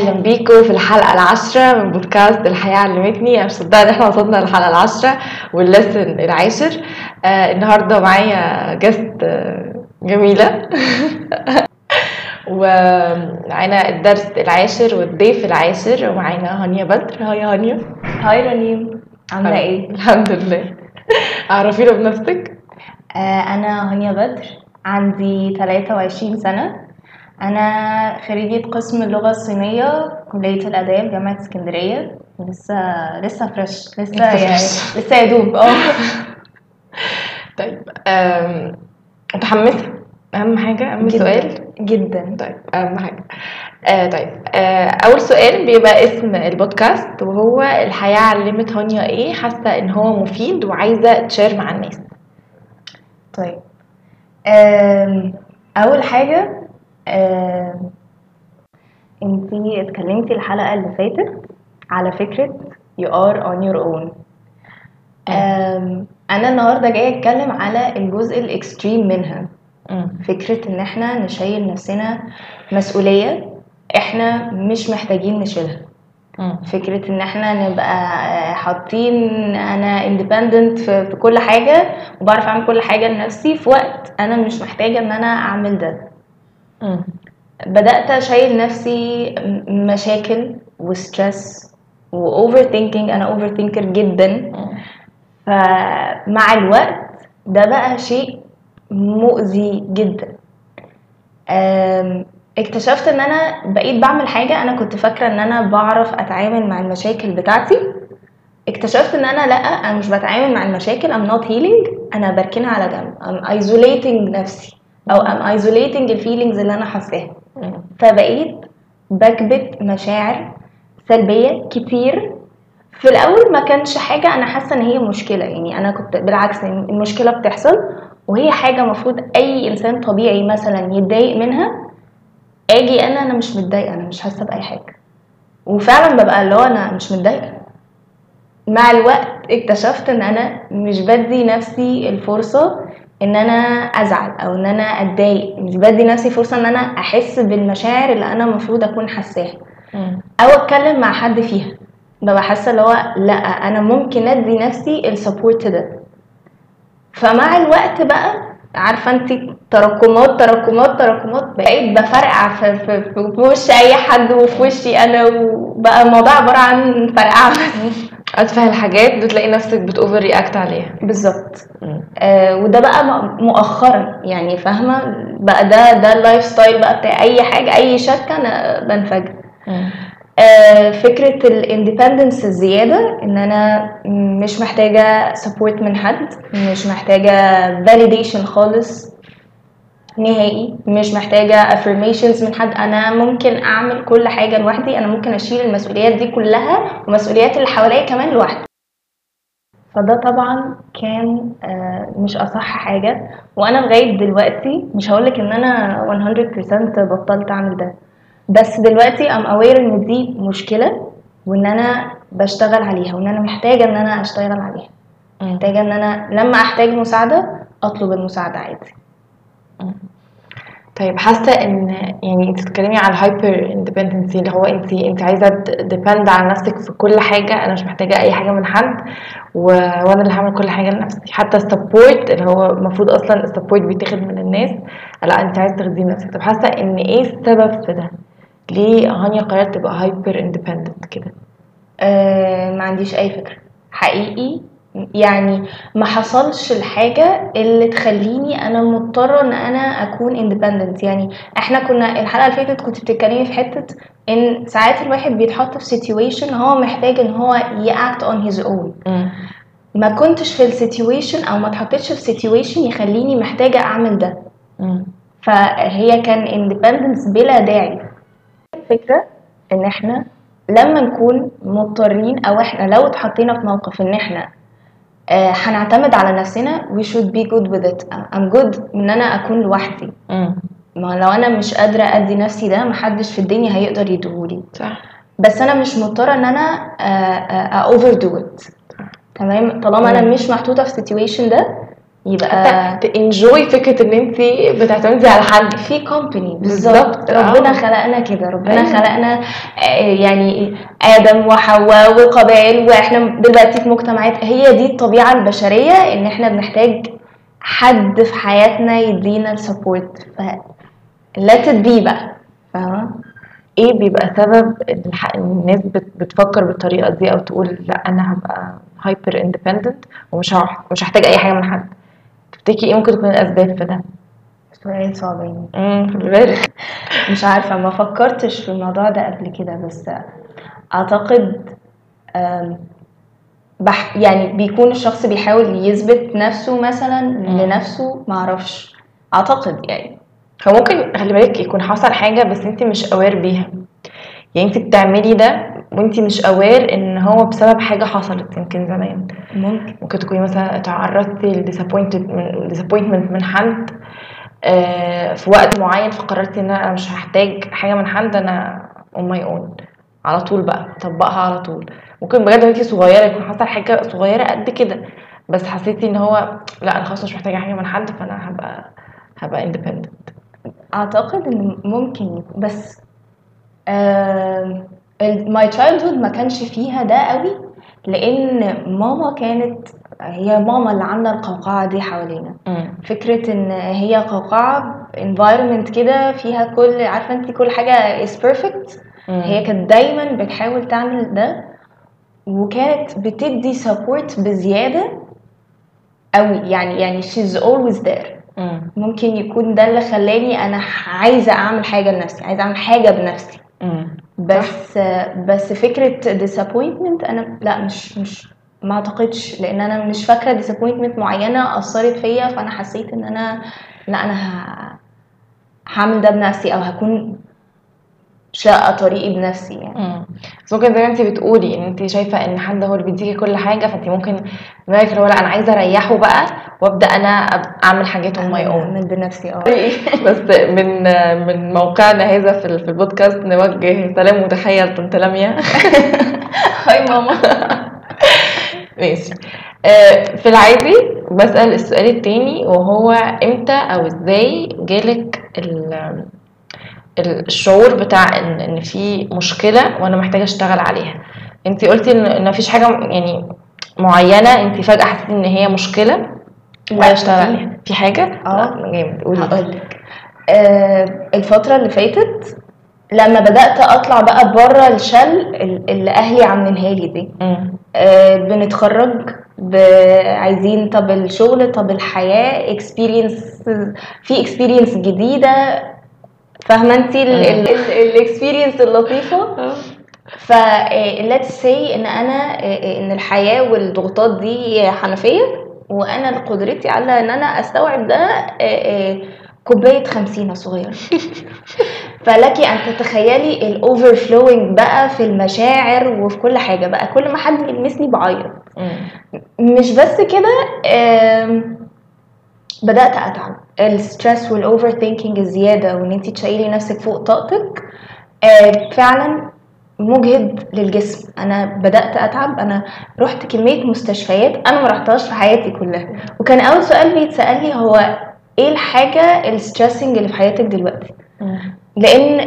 اهلا بيكم في الحلقه العاشره من بودكاست الحياه علمتني. انا مش مصدقه ان احنا وصلنا للحلقه العاشره والليسن العاشر. النهارده معايا جست جميله ومعانا الدرس العاشر والضيف العاشر، ومعانا هانيا بدر. هاي هانيا. هاي رنيم، عامله ايه؟ الحمد لله. عرفينا بنفسك. انا هانيا بدر، عندي 23 سنه. انا خريجه قسم اللغه الصينيه، كليه الاداب، جامعه اسكندريه. لسه فريش، لسه يا دوب. طيب متحمسه؟ اهم حاجه، اهم جداً سؤال جدا. طيب اهم حاجه. طيب اول سؤال بيبقى اسم البودكاست، وهو الحياه علمت هانيا ايه حاسه ان هو مفيد وعايزه تشير مع الناس. طيب اول حاجه، انتي اتكلمتي الحلقه اللي فاتت على فكره you are on your own. انا النهارده جايه اتكلم على الجزء الاكستريم منها. فكره ان احنا نشيل نفسنا مسؤوليه احنا مش محتاجين نشيلها. فكره ان احنا نبقى حاطين انا independent في كل حاجه، وبعرف اعمل كل حاجه لنفسي في وقت انا مش محتاجه ان انا اعمل ده. بدات اشيل نفسي مشاكل وستريس واوفر ثينكينج. انا اوفر ثينكر جدا. فمع الوقت ده بقى شيء مؤذي جدا. اكتشفت ان انا بقيت بعمل حاجة انا كنت فاكرة ان انا بعرف اتعامل مع المشاكل بتاعتي. اكتشفت ان انا لا، انا مش بتعامل مع المشاكل. I'm not healing. انا بركنها على جنب. I'm isolating نفسي او I'm isolating الفيلينجز اللي انا حاساها. فبقيت بكبت مشاعر سلبية كتير. في الاول ما كانش حاجه انا حاسه ان هي مشكله، يعني انا كنت بالعكس، المشكله بتحصل وهي حاجه مفروض اي انسان طبيعي مثلا يتضايق منها. اجي انا مش متضايقه، انا مش حاسه باي حاجه، وفعلا ببقى اللي هو انا مش متضايقه. مع الوقت اكتشفت ان انا مش بدي نفسي الفرصه ان انا ازعل او ان انا اتضايق. مش بدي نفسي فرصه ان انا احس بالمشاعر اللي انا مفروض اكون حاساها او اتكلم مع حد فيها. ببقى حاسه اللي هو لا، انا ممكن ادي نفسي السبورت ده. فمع الوقت بقى، عارفه انت، تراكمات تراكمات تراكمات، بقيت بفرقع في وش اي حد وفي وشي انا، وبقى الموضوع عباره عن فرقعه. اتفه الحاجات بتلاقي نفسك بتوفر رياكت عليها. بالظبط. وده بقى مؤخرا، يعني فاهمه بقى، ده اللايف ستايل بقى بتاع اي حاجه، اي شكه انا بنفجر. فكرة الاندبندنس الزيادة، ان انا مش محتاجة support من حد، مش محتاجة validation خالص نهائي، مش محتاجة affirmations من حد. انا ممكن اعمل كل حاجة لوحدي. انا ممكن اشيل المسؤوليات دي كلها ومسؤوليات اللي حواليا كمان لوحدي. فده طبعا كان مش اصح حاجة. وانا لغاية دلوقتي مش هقولك ان انا 100% بطلت اعمل ده، بس دلوقتي I'm aware ان دي مشكلة وان انا بشتغل عليها، وان انا محتاجة ان انا اشتغل عليها. محتاجة ان انا لما احتاج مساعدة اطلب المساعدة عادي. طيب حاسه ان يعني انت بتتكلمي على الهايبر اندبندنسي، اللي هو انت عايزه ديبند على نفسك في كل حاجه. انا مش محتاجه اي حاجه من حد، وانا اللي هعمل كل حاجه لنفسي. حتى السبورت اللي هو المفروض اصلا السبورت بيتاخد من الناس، لا انت عايزه تاخديه لنفسك. طب حاسه ان ايه السبب في ده؟ ليه هانيا قررت تبقى هايبر اندبندنت كده؟ ما عنديش اي فكرة حقيقي. يعني ما حصلش الحاجة اللي تخليني انا مضطرة ان انا اكون independent. يعني احنا كنا الحلقة اللي فاتت كنت بتتكلمي في حتة ان ساعات الواحد بيتحط في situation هو محتاج ان هو act on his own. ما كنتش في السيتويشن او ما اتحطيتش في سيتويشن يخليني محتاجة اعمل ده. فهي كان independence بلا داعي. الفكرة ان احنا لما نكون مضطرين او احنا لو اتحطينا في موقف ان احنا هنعتمد على نفسنا we should be good with it. I'm good ان انا اكون لوحدي. ما لو انا مش قادرة ادي نفسي ده، محدش في الدنيا هيقدر يديهولي. صح. بس انا مش مضطرة ان انا overdo it. تمام. طالما انا مش محطوطة في situation ده، يبقى تنجوي فكره ان انت بتعتمدي على حد في كومباني. بالظبط. بالظبط، ربنا خلقنا كده، ربنا أيوة. خلقنا يعني ادم وحواء وقبائل، واحنا دلوقتي في مجتمعات، هي دي الطبيعه البشريه ان احنا بنحتاج حد في حياتنا يدينا السبورت. ف let it be بقى، فاهمه؟ ايه بيبقى سبب الناس بتفكر بالطريقه دي او تقول لا انا هبقى هايبر اندبندنت مش هحتاج اي حاجه من حد؟ تفتكري ايه ممكن تكون الاسباب في ده؟ سؤال صعب يعني. خلي بالك. مش عارفه، ما فكرتش في الموضوع ده قبل كده، بس اعتقد يعني بيكون الشخص بيحاول يثبت نفسه مثلا لنفسه، معرفش، اعتقد يعني. فممكن خلي بالك يكون حصل حاجه بس انت مش اوير بيها، يعني انت بتعملي ده وانت مش اوير ان هو بسبب حاجه حصلت يمكن زمان. ممكن تكوني مثلا تعرضتي لديسابوينتمنت من حد في وقت معين، فقررتي ان انا مش هحتاج حاجه من حد، انا on my own على طول بقى طبقها على طول. ممكن بجد وانتي صغيره يكون حصل حاجه صغيره قد كده، بس حسيتي ان هو لا انا خلاص مش محتاجه حاجه من حد، فانا هبقى اندبندنت. اعتقد ان ممكن، بس my childhood ما كانش فيها ده قوي، لان ماما كانت هي ماما اللي عامله القوقعه دي حوالينا. فكره ان هي قوقعه environment كده فيها كل، عارفه انت، كل حاجه is perfect. هي كانت دايما بتحاول تعمل ده، وكانت بتدي support بزياده قوي، يعني she's always there. ممكن يكون ده اللي خلاني انا عايزه اعمل حاجه لنفسي، عايزه اعمل حاجه بنفسي. بس فكره disappointment انا لا، مش ما اعتقدش، لان انا مش فاكره disappointment معينه اثرت فيا فانا حسيت ان انا لا انا هعمل ده بنفسي، او هكون شاقه طريقي بنفسي يعني. بس ممكن زي ما انت بتقولي ان انت شايفه ان حد هو اللي بيديكي كل حاجه، فانت ممكن دماغك اللي هو لا انا عايزه اريحه بقى وابدا انا اعمل حاجات اون ماي اون، اعمل بنفسي. بس من موقعنا هذا في البودكاست نوجه سلام وتحيه لطنط لميا. هاي ماما. ماشي. في العادي بسأل السؤال التاني، وهو امتى او ازاي جالك الشعور بتاع ان في مشكله وانا محتاجه اشتغل عليها؟ انتي قلتي ان مفيش حاجه يعني معينه انتي فجاه حسيتي ان هي مشكله ولا اشتغل عليها؟ في حاجه جامد قولي. هقولك الفتره اللي فاتت لما بدات اطلع بقى بره الشل اللي اهلي عاملينها لي دي، بنتخرج عايزين طب الشغل، طب الحياه، اكسبيرينس، في اكسبيرينس جديده، فاهمه انت الاكسبيرينس اللطيفه. ف let's say ان انا ان الحياه والضغوطات دي حنفيه، وانا قدرتي على ان انا استوعب ده كوبايه 50 صغيره. فلكي ان تتخيلي الاوفر فلوينج بقى في المشاعر وفي كل حاجه، بقى كل ما حد يلمسني بعيط. مش بس كده، بدات اتعب. الستريس والاوفر ثينكينج الزياده، وان انت تشيلي نفسك فوق طاقتك، فعلا مجهد للجسم. انا بدات اتعب. انا رحت كميه مستشفيات انا ما رحتهاش في حياتي كلها، وكان اول سؤال بيتسال لي هو ايه الحاجه الستريسنج اللي في حياتك دلوقتي؟ لان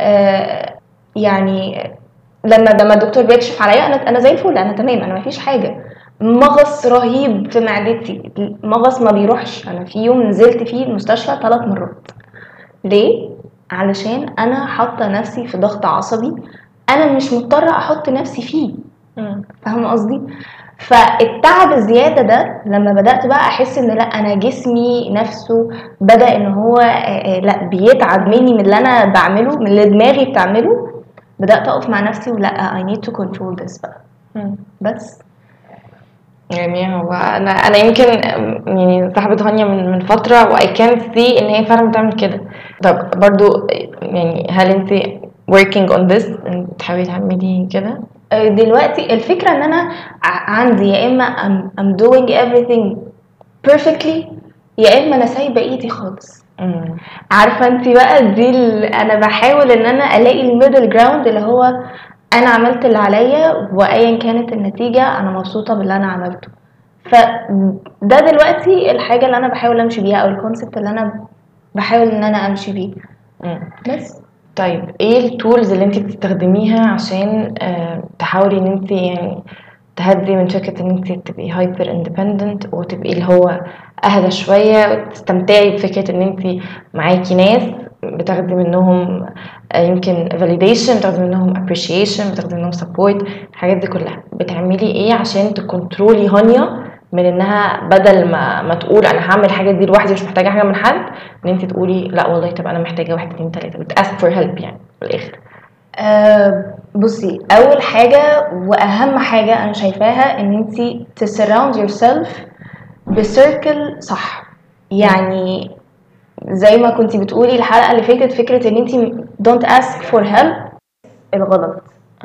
يعني لما الدكتور بيكشف عليا انا زي الفل، انا تمام، انا ما فيش حاجه. مغص رهيب في معدتي، مغص ما بيروحش. انا في يوم نزلت فيه المستشفى 3 مرات. ليه؟ علشان انا حاطه نفسي في ضغط عصبي انا مش مضطره احط نفسي فيه. فاهمه قصدي؟ فالتعب الزياده ده لما بدات بقى احس ان لا، انا جسمي نفسه بدا ان هو لا بيتعب مني من اللي انا بعمله، من اللي دماغي بتعمله، بدات اقف مع نفسي ولا I need to control this بقى. بس يعني هو انا يمكن يعني صاحبة هانيا من فتره، واي كان سي ان هي فعلا بتعمل كده. طب برضو يعني هل انت working on this بتحاولي تعملي كده دلوقتي؟ الفكره ان انا عندي يا اما I'm doing everything perfectly، يا اما انا سايبه ايدي خالص. عارفه انت بقى دي انا بحاول ان انا الاقي الميدل جراوند، اللي هو انا عملت اللي عليا وايا كانت النتيجه انا مبسوطه باللي انا عملته. فده دلوقتي الحاجه اللي انا بحاول امشي بيها، او الكونسبت اللي انا بحاول ان انا امشي بيه. بس طيب ايه التولز اللي انت بتستخدميها عشان تحاولي ان انت يعني تهدي من فكرة ان انت تبقي هايبر اندبندنت وتبقي اللي هو اهدى شوية وتستمتعي بفكرة ان انت معاكي ناس بتاخدي منهم يمكن validation، بتاخدي منهم appreciation، بتاخدي منهم support، الحاجات دي كلها بتعملي ايه عشان تكنترولي هانيا من انها بدل ما تقول انا هعمل الحاجات دي لوحدي مش محتاجه حاجه من حد، ان انت تقولي لا والله طب انا محتاجه 1 2 3، بتاسك فور هيلب يعني في الاخر. بصي، اول حاجه واهم حاجه انا شايفاها ان انتي تسراوند يور سيلف بسيركل صح. يعني زي ما كنتي بتقولي الحلقه اللي فاتت، فكره ان انتي don't ask for help الغلط.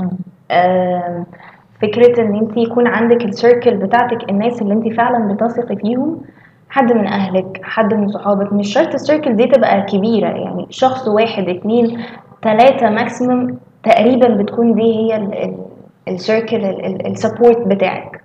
فكره ان انتي يكون عندك السيركل بتاعتك، الناس اللي انتي فعلا بتثقي فيهم، حد من اهلك، حد من صحابك. مش شرط السيركل دي تبقى كبيره، يعني شخص 1 2 3 ماكسيمم تقريبا بتكون دي هي السيركل السبورت بتاعك.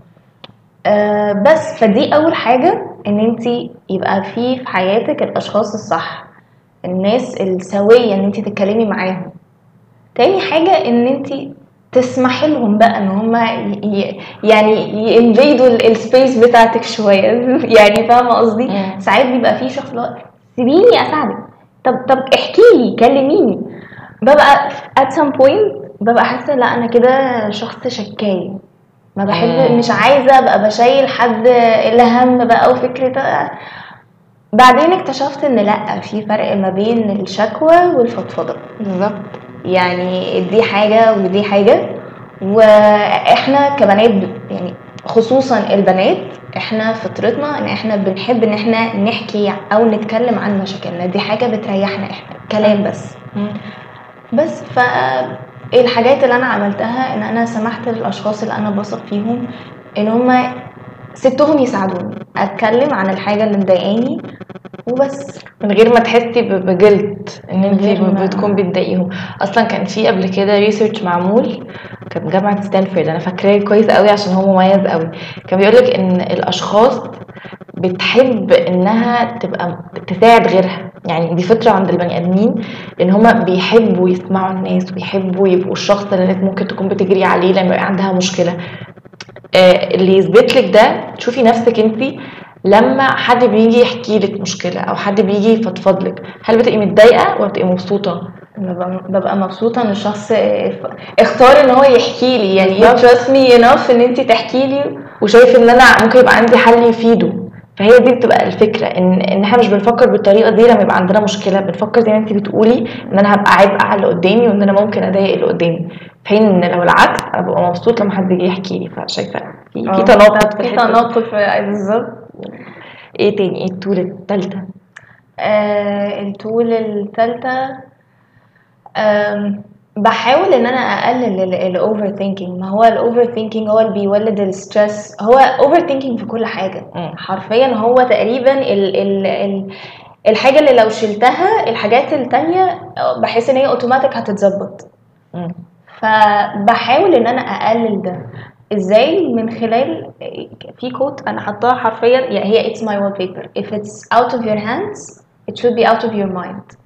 بس فدي اول حاجه، ان انتي يبقى في حياتك الاشخاص الصح، الناس السويه ان انتي تتكلمي معاهم. تاني حاجه ان انتي تسمحي لهم بقى ان هم يعني ينفيدوا السبيس بتاعتك شويه يعني فاهمه قصدي؟ ساعات بيبقى في شخص لا سيبيني اساعدك، طب احكي لي كلميني. ببقى at some point ببقى حاسه لا انا كده شخص شكاي، ما بحب، مش عايزه ابقى بشيل حد الهم بقى وفكره. بعدين اكتشفت ان لا، في فرق ما بين الشكوى والفضفضه. بالظبط. يعني دي حاجه ودي حاجه. واحنا كبنات يعني خصوصا البنات، احنا فطرتنا ان احنا بنحب ان احنا نحكي او نتكلم عن مشاكلنا، دي حاجه بتريحنا احنا كلام بس الحاجات اللي انا عملتها ان انا سمحت للاشخاص اللي انا بثق فيهم ان هم سبتهم يساعدوني اتكلم عن الحاجه اللي مضايقاني وبس، من غير ما تحسي بجلد ان انت بتكون بتضايقيهم. اصلا كان في قبل كده ريسيرش معمول، كان جامعه ستانفورد، انا فاكراه كويس قوي عشان هو مميز قوي. كان بيقولك ان الاشخاص بتحب انها تبقى تساعد غيرها، يعني دي فطره عند البني ادمين ان هما بيحبوا يسمعوا الناس ويحبوا يبقوا الشخص اللي الناس ممكن تكون بتجري عليه لما يبقى عندها مشكله. اللي يثبت لك ده تشوفي نفسك انتي لما حد بيجي يحكي لك مشكله او حد بيجي يفضفض لك، هل بتبقي متضايقه ولا بتبقي مبسوطه؟ ببقى مبسوطه ان الشخص اختار ان هو يحكي لي، يعني you trust me enough ان انت تحكي لي وشايف ان انا ممكن يبقى عندي حل يفيده. فهي دي بتبقى الفكره، ان احنا مش بنفكر بالطريقه دي لما يبقى عندنا مشكله، بنفكر زي ما انت بتقولي ان انا هبقى عبء على اللي قدامي وان انا ممكن اضايق اللي قدامي، في حين ان لو العكس انا ببقى مبسوط لما حد يجي يحكي لي. فشايفه في تناقض، في تناقض بالظبط. ايه تاني؟ ايه التول الثالثه؟ التول الثالثه بحاول ان انا اقلل الاوفر ثينكينج. ما هو الاوفر ثينكينج هو اللي بيولد الستريس، هو اوفر ثينكينج في كل حاجه حرفيا. هو تقريبا الحاجه اللي لو شلتها الحاجات التانية بحس ان هي اوتوماتيك هتتظبط. فبحاول ان انا اقلل ده ازاي؟ من خلال في كوت انا حطاها حرفيا، يعني هي it's my wallpaper: if it's out of your hands it should be out of your mind.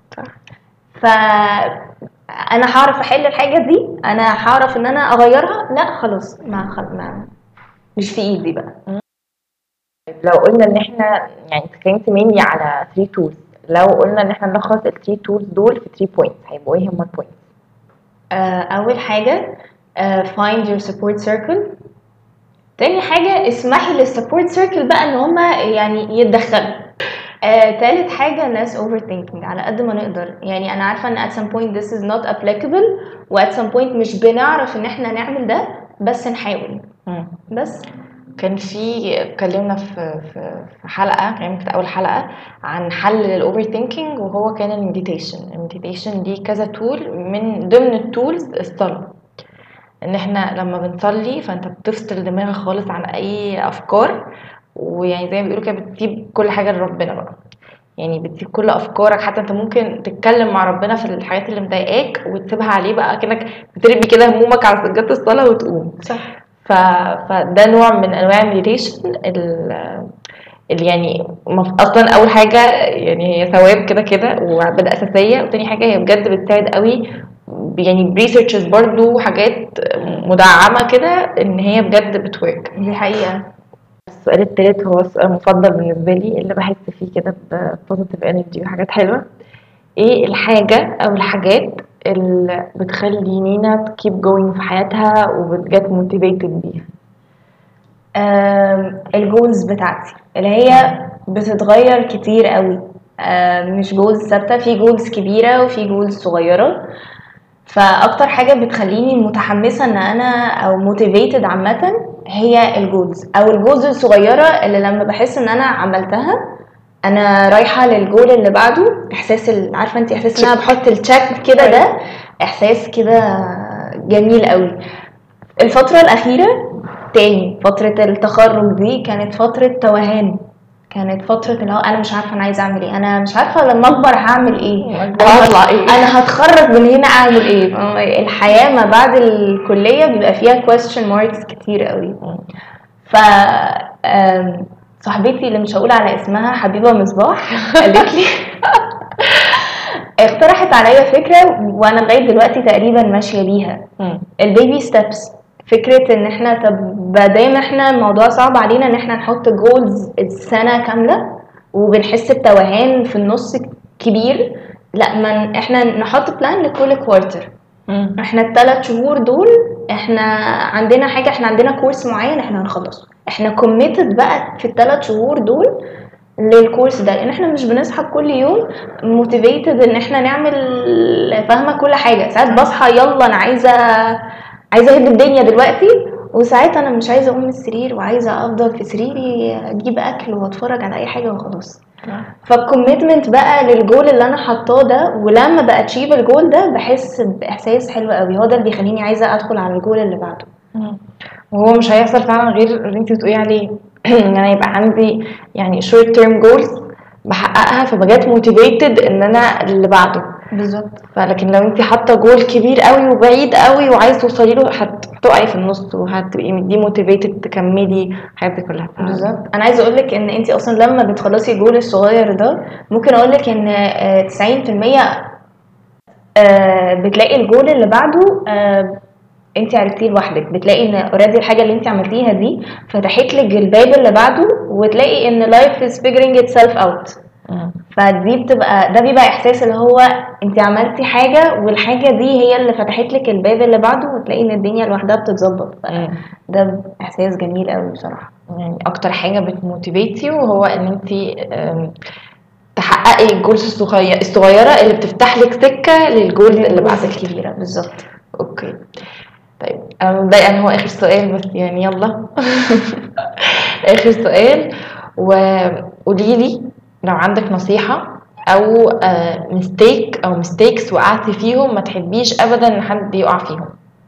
انا هعرف احل الحاجه دي، انا هعرف ان انا اغيرها، لا خلاص ما مش في ايدي بقى. لو قلنا ان احنا يعني اتكلمت مني على 3 tools، لو قلنا ان احنا نلخص ال 3 tools دول في 3 points هيبقوا ايه هم البوينتس؟ اول حاجه find your support circle. تاني حاجه اسمحي للسبورت سيركل بقى ان هم يعني يتدخلوا. تالت حاجة ناس overthinking على قد ما نقدر. يعني أنا عارفة إن at some point this is not applicable و at some point مش بنعرف إن إحنا نعمل ده، بس نحاول. بس كان في اتكلمنا في حلقة، يعني كانت أول حلقة عن حل للoverthinking، وهو كان المديتيشن دي كذا تول، من ضمن التولز الصلاة. ان احنا لما بنصلي فانت بتفصل دماغك خالص عن اي افكار، ويعني زي ما بيقولوا كده بتسيب كل حاجه لربنا بقى، يعني بتسيب كل افكارك. حتى انت ممكن تتكلم مع ربنا في الحاجات اللي مضايقاك وتسيبها عليه بقى، كأنك بترمي كده همومك على سجادة الصلاه وتقوم. صح. فده نوع من انواع المديتيشن اللي يعني اصلا اول حاجه يعني هي ثواب كده كده وعباده اساسيه، وتاني حاجه هي بجد بتساعد قوي يعني بريسيرشز برضو حاجات مدعمه كده ان هي بجد بتورك. دي حقيقة. السؤال التالت هو السؤال المفضل بالنسبه لي اللي بحس فيه كده ببوزيتيف انرجي وحاجات حلوه. ايه الحاجه او الحاجات اللي بتخلي نينا تكيب جوينج في حياتها وبتجت موتيفيتد بيها؟ الجولز بتاعتي اللي هي بتتغير كتير قوي. مش جولز ثابته، في جولز كبيره وفي جولز صغيره. فاكتر حاجه بتخليني متحمسه ان انا او موتيفيتد عامه هي الجولز او الجولز الصغيره اللي لما بحس ان انا عملتها انا رايحه للجول اللي بعده. احساس عارفه انت احساس ان انا بحط التشيك كده، ده احساس كده جميل قوي. الفتره الاخيره تاني فترة التخرج دي كانت فترة توهان، كانت فترة اللي هو انا مش عارفة انا عايزة اعمل ايه، انا مش عارفة لما اكبر هعمل ايه، هطلع ايه، انا هتخرج من هنا اعمل ايه. الحياة ما بعد الكلية بيبقى فيها question marks كتير قوي. ف صاحبتي اللي مش هقول على اسمها، حبيبة مصباح، قالت لي اقترحت عليا فكرة وانا لغاية دلوقتي تقريبا ماشية بيها، البيبي ستيبس. فكرة ان احنا طب دايما احنا الموضوع صعب علينا ان احنا نحط جولز السنة كاملة وبنحس بتوهان في النص كبير. لا، من احنا نحط بلان لكل كوارتر. احنا ال3 شهور دول احنا عندنا حاجة، احنا عندنا كورس معين احنا هنخلصه، احنا كوميتد بقى في ال3 شهور دول للكورس ده، لان احنا مش بنصحى كل يوم موتيفيتد ان احنا نعمل فاهمه كل حاجه. ساعات بصحى يلا انا عايزه اهد الدنيا دلوقتي، وساعات انا مش عايزه اقوم من السرير وعايزه افضل في سريري اجيب اكل واتفرج على اي حاجه وخلاص. فالكوميتمنت بقى للجول اللي انا حاطاه ده، ولما بقى اتشيف الجول ده بحس باحساس حلو قوي، هو ده اللي بيخليني عايزه ادخل على الجول اللي بعده. وهو مش هيحصل فعلا غير اللي انت بتقولي عليه ان انا يبقى عندي يعني short term goals بحققها فبجات موتيفيتد ان انا اللي بعده بالظبط. فلكن لو انت حاطه جول كبير قوي وبعيد قوي وعايز توصلي له هتقعي في النص وهتبقي دي موتيفيتد تكملي الحاجات دي كلها. بالظبط. انا عايزه اقول لك ان انت اصلا لما بتخلصي الجول الصغير ده ممكن اقول لك ان 90% بتلاقي الجول اللي بعده انت عرفتيه لوحدك، بتلاقي ان اوريدي الحاجه اللي انت عملتيها دي فتحت لك الباب اللي بعده، وتلاقي ان life is figuring itself out. فدي ده بيبقى احساس اللي هو انت عملتي حاجه والحاجه دي هي اللي فتحت لك الباب اللي بعده، وتلاقي ان الدنيا لوحدها بتتظبط. ده احساس جميل قوي بصراحه. يعني اكتر حاجه بتموتيفيتي وهو ان انت تحققي الجولز الصغيره اللي بتفتح لك سكه للجولز اللي بعد الكبيره. بالظبط. اوكي طيب انا متضايقه ان هو اخر سؤال بس يعني يلا اخر سؤال، وقولي لي لو عندك نصيحه او ميستيك او ميستيكس وقعتي فيهم ما تحبيش ابدا ان حد يقع فيهم.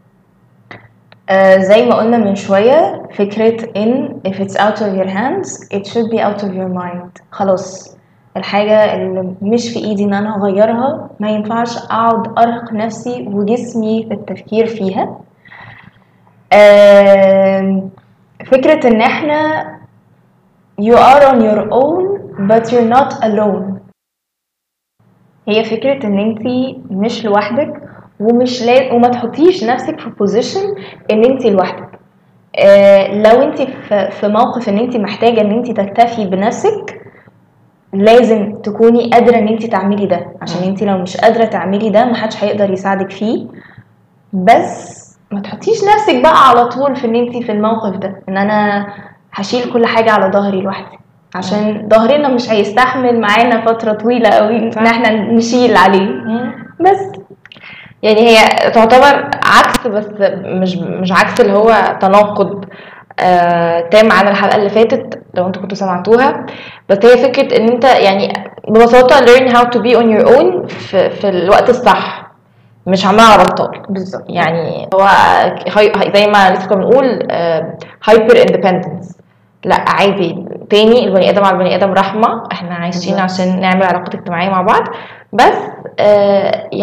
زي ما قلنا من شويه، فكره ان if it's out of your hands it should be out of your mind. خلاص الحاجة اللي مش في ايدي ان انا اغيرها ما ينفعش اقعد ارهق نفسي وجسمي في التفكير فيها. فكرة ان احنا you are on your own but you're not alone. هي فكرة ان انتي مش لوحدك وما تحطيش نفسك في position ان انتي لوحدك. لو انتي في موقف ان انتي محتاجة ان انتي تكتفي بنفسك لازم تكوني قادرة ان انتي تعملي ده، عشان انتي لو مش قادرة تعملي ده محدش هيقدر يساعدك فيه. بس ما تحطيش نفسك بقى على طول في ان انتي في الموقف ده ان انا هشيل كل حاجة على ظهري لوحدي، عشان ظهرنا مش هيستحمل معانا فترة طويلة قوي ان احنا نشيل عليه. بس يعني هي تعتبر عكس، بس مش عكس اللي هو تناقض تام عن الحلقة اللي فاتت لو انتوا كنتوا سمعتوها. بس هي فكرة ان انت يعني ببساطة learn how to be on your own في الوقت الصح، مش عمال على بطال. بالظبط. يعني هو زي ما لسه كنا بنقول hyper independence، لا عادي تاني البني ادم على البني ادم رحمة، احنا عايشين عشان نعمل علاقات اجتماعية مع بعض، بس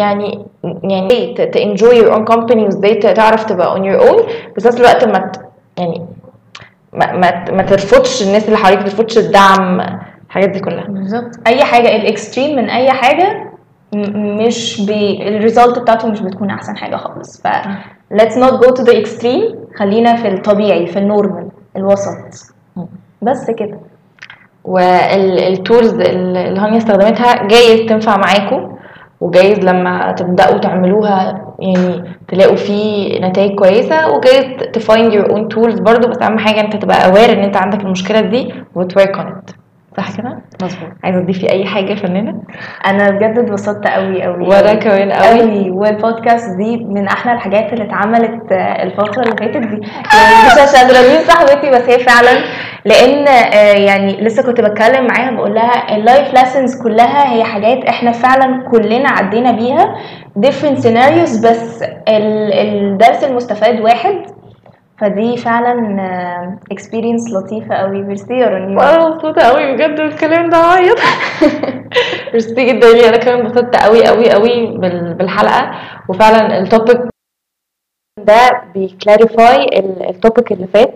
يعني to enjoy your own company وازاي تعرف تبقى on your own، بس نفس الوقت يعني ما ترفضش الناس اللي حواليك، ما ترفضش الدعم، الحاجات دي كلها. بالظبط. اي حاجه الاكستريم من اي حاجه مش الريزلت بتاعته مش بتكون احسن حاجه خالص. ف let's not go to the extreme، خلينا في الطبيعي، في النورمال، الوسط، بس كده. والتولز اللي هانيا استخدمتها جايز تنفع معاكم، وجايز لما تبداوا تعملوها يعني تلاقوا فيه نتائج كويسه، وجايز تفايند يور اون تولز برضو. بس اهم حاجه انت تبقى اوير ان انت عندك المشكله دي وتورك اون ات. صح كده؟ مظبوط. عايزه تضيفي اي حاجه يا فنانه؟ انا بجد اتبسطت قوي قوي وانا كمان قوي. والبودكاست دي من احلى الحاجات اللي اتعملت الفتره اللي فاتت دي. يعني مش عشان رنين صاحبتي، بس هي فعلا، لان يعني لسه كنت بتكلم معاها بقول لها اللايف ليسنز كلها هي حاجات احنا فعلا كلنا عدينا بيها different scenarios، بس الدرس المستفاد واحد. فدي فعلا experience لطيفه قوي. ميرسي يا رنين. وانا مبسوطه قوي بجد بالكلام ده، عيط. ميرسي جدا لي، انا كمان انبسطت قوي قوي قوي بالحلقه. وفعلا التوبيك ده بيكلاريفاي التوبيك اللي فات،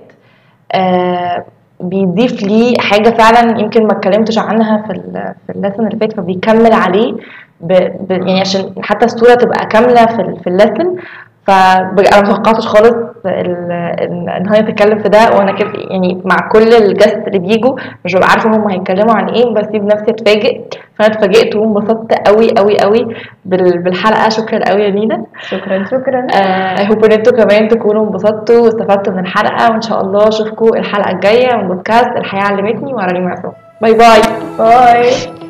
بيضيف لي حاجه فعلا يمكن ما اتكلمتش عنها في الليسن اللي فات، فبيكمل عليه يعني عشان حتى الصوره تبقى كامله في الليسن. فانا متوقعتش خالص ان هي تتكلم في ده، وانا كده يعني مع كل الجست اللي بيجوا مش ببقى عارفه هم هيتكلموا عن ايه، بسيب نفسي اتفاجئ. فانا اتفاجئت وانبسطت قوي قوي قوي بالحلقه. شكرا قوي يا نينا. شكرا. اي هوب ان انتوا كمان تكونوا انبسطتوا واستفدتوا من الحلقه، وان شاء الله اشوفكم الحلقه الجايه من بودكاست الحياه علمتني. وعلى ريم عصام. باي باي. باي.